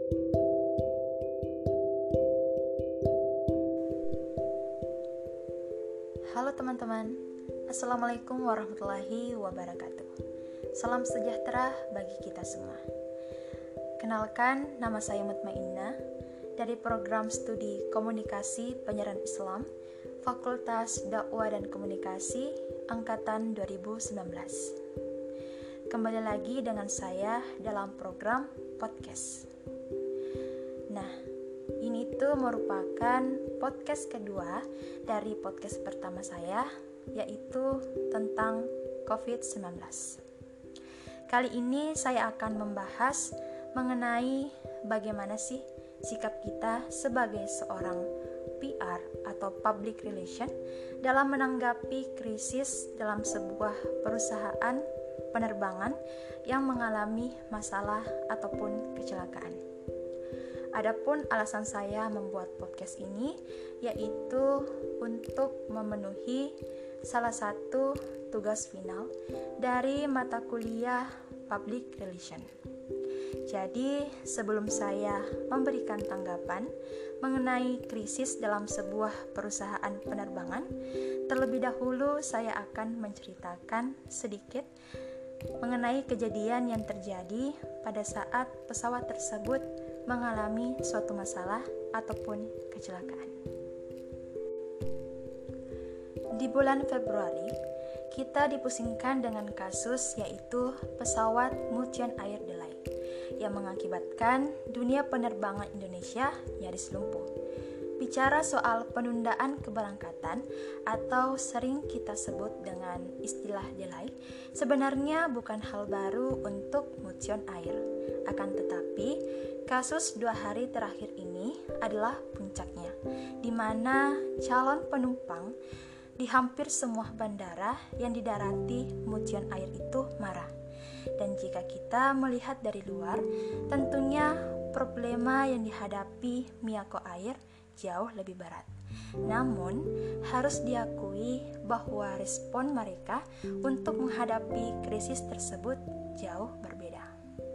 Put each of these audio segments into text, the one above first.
Halo teman-teman, Assalamualaikum warahmatullahi wabarakatuh. Salam sejahtera bagi kita semua. Kenalkan, nama saya Mutmainnah dari program studi Komunikasi Penyiaran Islam Fakultas Dakwah dan Komunikasi Angkatan 2019. Kembali lagi dengan saya dalam program podcast. Nah, ini tuh merupakan podcast kedua dari podcast pertama saya, yaitu tentang COVID-19. Kali ini saya akan membahas mengenai bagaimana sih sikap kita sebagai seorang PR atau public relation dalam menanggapi krisis dalam sebuah perusahaan penerbangan yang mengalami masalah ataupun kecelakaan. Adapun alasan saya membuat podcast ini yaitu untuk memenuhi salah satu tugas final dari mata kuliah Public Relation. Jadi, sebelum saya memberikan tanggapan mengenai krisis dalam sebuah perusahaan penerbangan, terlebih dahulu saya akan menceritakan sedikit mengenai kejadian yang terjadi pada saat pesawat tersebut mengalami suatu masalah ataupun kecelakaan. Di bulan Februari, kita dipusingkan dengan kasus yaitu pesawat Mutian Air Delay yang mengakibatkan dunia penerbangan Indonesia nyaris lumpuh. Bicara soal penundaan keberangkatan atau sering kita sebut dengan istilah delay, sebenarnya bukan hal baru untuk Mutian Air. Akan tetapi, kasus 2 hari terakhir ini adalah puncaknya, di mana calon penumpang di hampir semua bandara yang didarati Mutian Air itu marah. Dan jika kita melihat dari luar, tentunya problema yang dihadapi Miyako Air jauh lebih berat. Namun, harus diakui bahwa respon mereka untuk menghadapi krisis tersebut jauh berbeda.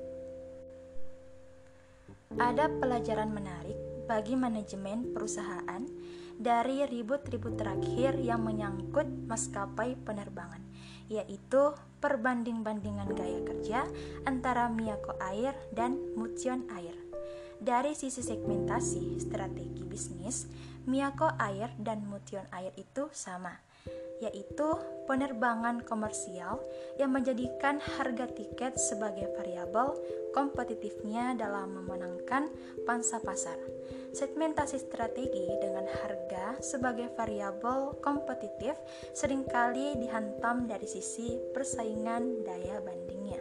Ada pelajaran menarik bagi manajemen perusahaan dari ribut-ribut terakhir yang menyangkut maskapai penerbangan, yaitu perbanding-bandingan gaya kerja antara Miyako Air dan Mutian Air. Dari sisi segmentasi strategi bisnis, Miyako Air dan Mutian Air itu sama, yaitu penerbangan komersial yang menjadikan harga tiket sebagai variabel kompetitifnya dalam memenangkan pangsa pasar. Segmentasi strategi dengan harga sebagai variabel kompetitif seringkali dihantam dari sisi persaingan daya bandingnya.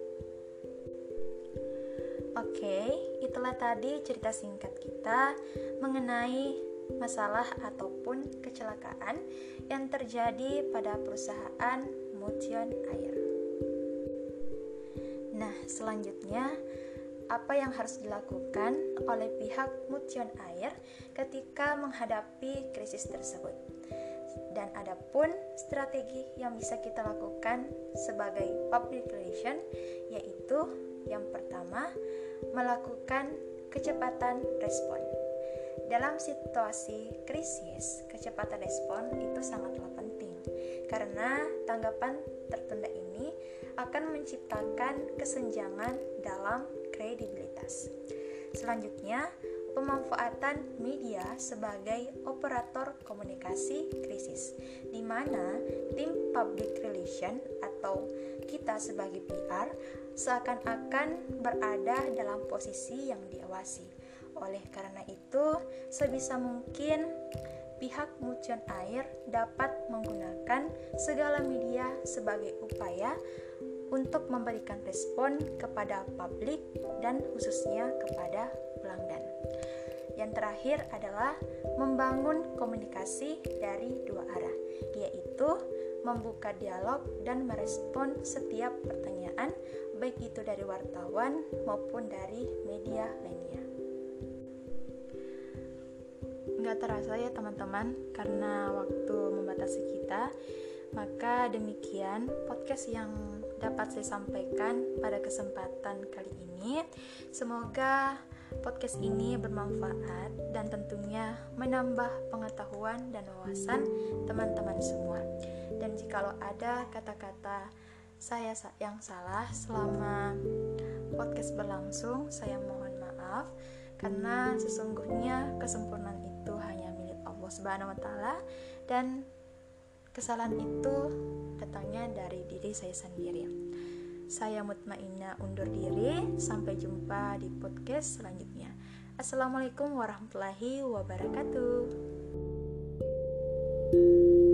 Oke, itulah tadi cerita singkat kita mengenai masalah ataupun kecelakaan yang terjadi pada perusahaan Mutian Air. Nah, selanjutnya apa yang harus dilakukan oleh pihak Mutian Air ketika menghadapi krisis tersebut? Dan adapun strategi yang bisa kita lakukan sebagai public relation, yaitu yang pertama, melakukan kecepatan respon. Dalam situasi krisis, kecepatan respon itu sangatlah penting karena tanggapan tertunda ini akan menciptakan kesenjangan dalam kredibilitas. Selanjutnya, pemanfaatan media sebagai operator komunikasi krisis, di mana tim public relation atau kita sebagai PR seakan-akan berada dalam posisi yang diawasi. Oleh karena itu, sebisa mungkin pihak Mutian Air dapat menggunakan segala media sebagai upaya untuk memberikan respon kepada publik dan khususnya kepada pelanggan. Yang terakhir adalah membangun komunikasi dari 2 arah, yaitu membuka dialog dan merespon setiap pertanyaan, baik itu dari wartawan maupun dari media lainnya. Nggak terasa ya teman-teman, karena waktu membatasi kita, maka demikian podcast yang dapat saya sampaikan pada kesempatan kali ini. Semoga Podcast ini bermanfaat dan tentunya menambah pengetahuan dan wawasan teman-teman semua. Dan jikalau ada kata-kata saya yang salah selama podcast berlangsung, saya mohon maaf, karena sesungguhnya kesempurnaan itu hanya milik Allah Subhanahu wa Ta'ala, dan kesalahan itu datangnya dari diri saya sendiri. Saya Mutmainah undur diri, sampai jumpa di podcast selanjutnya. Assalamualaikum warahmatullahi wabarakatuh.